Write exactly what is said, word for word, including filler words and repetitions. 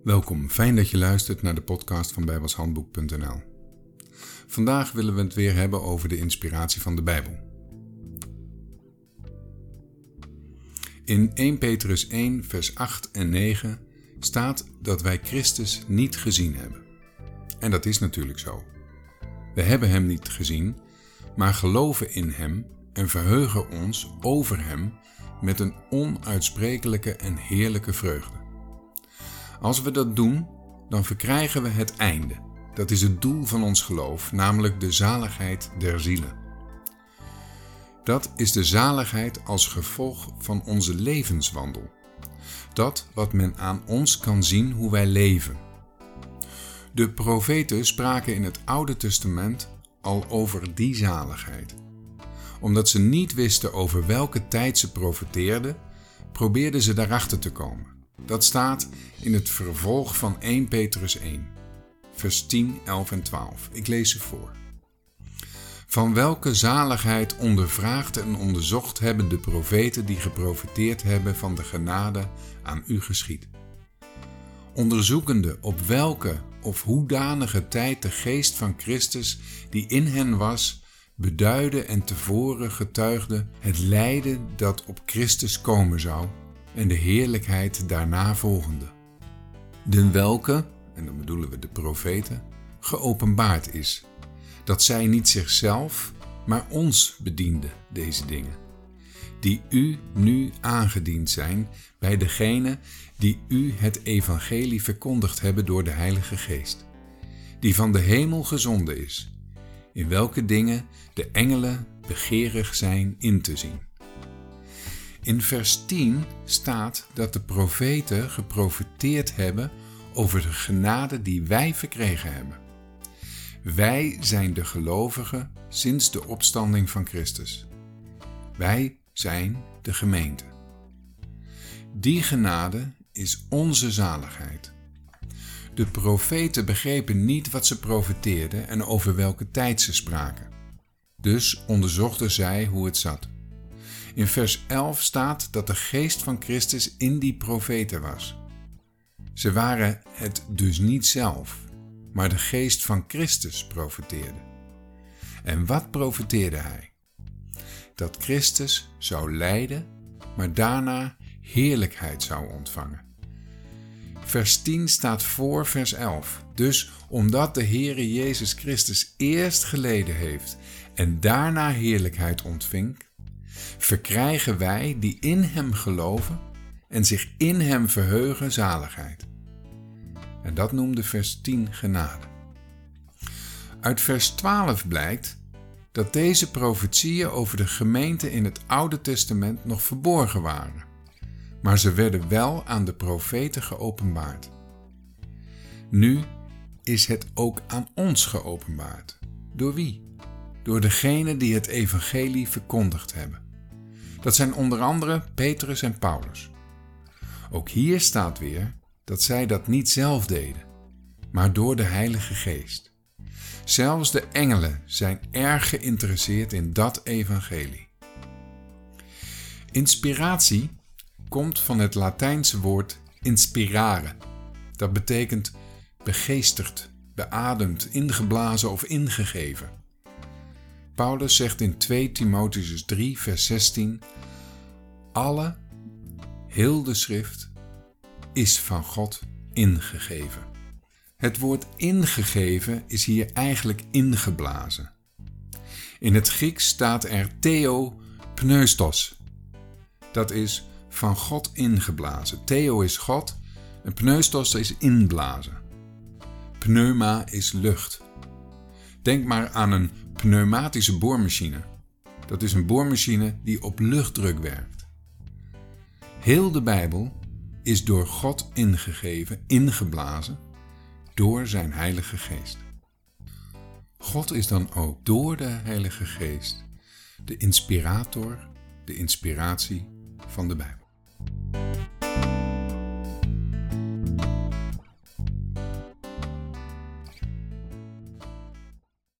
Welkom, fijn dat je luistert naar de podcast van bijbelshandboek punt n l. Vandaag willen we het weer hebben over de inspiratie van de Bijbel. In eerste Petrus één vers acht en negen staat dat wij Christus niet gezien hebben. En dat is natuurlijk zo. We hebben hem niet gezien, maar geloven in hem en verheugen ons over hem met een onuitsprekelijke en heerlijke vreugde. Als we dat doen, dan verkrijgen we het einde. Dat is het doel van ons geloof, namelijk de zaligheid der zielen. Dat is de zaligheid als gevolg van onze levenswandel. Dat wat men aan ons kan zien hoe wij leven. De profeten spraken in het Oude Testament al over die zaligheid. Omdat ze niet wisten over welke tijd ze profeteerden, probeerden ze daarachter te komen. Dat staat in het vervolg van eerste Petrus één, vers tien, elf en twaalf. Ik lees ze voor. Van welke zaligheid ondervraagd en onderzocht hebben de profeten die geprofeteerd hebben van de genade aan u geschied. Onderzoekende op welke of hoedanige tijd de geest van Christus die in hen was, beduidde en tevoren getuigde het lijden dat op Christus komen zou en de heerlijkheid daarna volgende. Den welke, en dan bedoelen we de profeten, geopenbaard is, dat zij niet zichzelf, maar ons bedienden, deze dingen, die u nu aangediend zijn bij degene die u het evangelie verkondigd hebben door de Heilige Geest, die van de hemel gezonden is, in welke dingen de engelen begeerig zijn in te zien. In vers tien staat dat de profeten geprofeteerd hebben over de genade die wij verkregen hebben. Wij zijn de gelovigen sinds de opstanding van Christus. Wij zijn de gemeente. Die genade is onze zaligheid. De profeten begrepen niet wat ze profeteerden en over welke tijd ze spraken. Dus onderzochten zij hoe het zat. In vers elf staat dat de geest van Christus in die profeten was. Ze waren het dus niet zelf, maar de geest van Christus profeteerde. En wat profeteerde hij? Dat Christus zou lijden, maar daarna heerlijkheid zou ontvangen. Vers tien staat voor vers elf. Dus omdat de Heere Jezus Christus eerst geleden heeft en daarna heerlijkheid ontving, verkrijgen wij die in hem geloven en zich in hem verheugen zaligheid. En dat noemde vers tien genade. Uit vers twaalf blijkt dat deze profetieën over de gemeente in het Oude Testament nog verborgen waren, maar ze werden wel aan de profeten geopenbaard. Nu is het ook aan ons geopenbaard. Door wie? Door degenen die het evangelie verkondigd hebben. Dat zijn onder andere Petrus en Paulus. Ook hier staat weer dat zij dat niet zelf deden, maar door de Heilige Geest. Zelfs de engelen zijn erg geïnteresseerd in dat evangelie. Inspiratie komt van het Latijnse woord inspirare. Dat betekent begeesterd, beademd, ingeblazen of ingegeven. Paulus zegt in tweede Timotheüs drie vers zestien: alle, heel de schrift, is van God ingegeven. Het woord ingegeven is hier eigenlijk ingeblazen. In het Grieks staat er theo pneustos. Dat is van God ingeblazen. Theo is God en pneustos is inblazen. Pneuma is lucht. Denk maar aan een pneumatische boormachine. Dat is een boormachine die op luchtdruk werkt. Heel de Bijbel is door God ingegeven, ingeblazen, door zijn Heilige Geest. God is dan ook door de Heilige Geest de inspirator, de inspiratie van de Bijbel.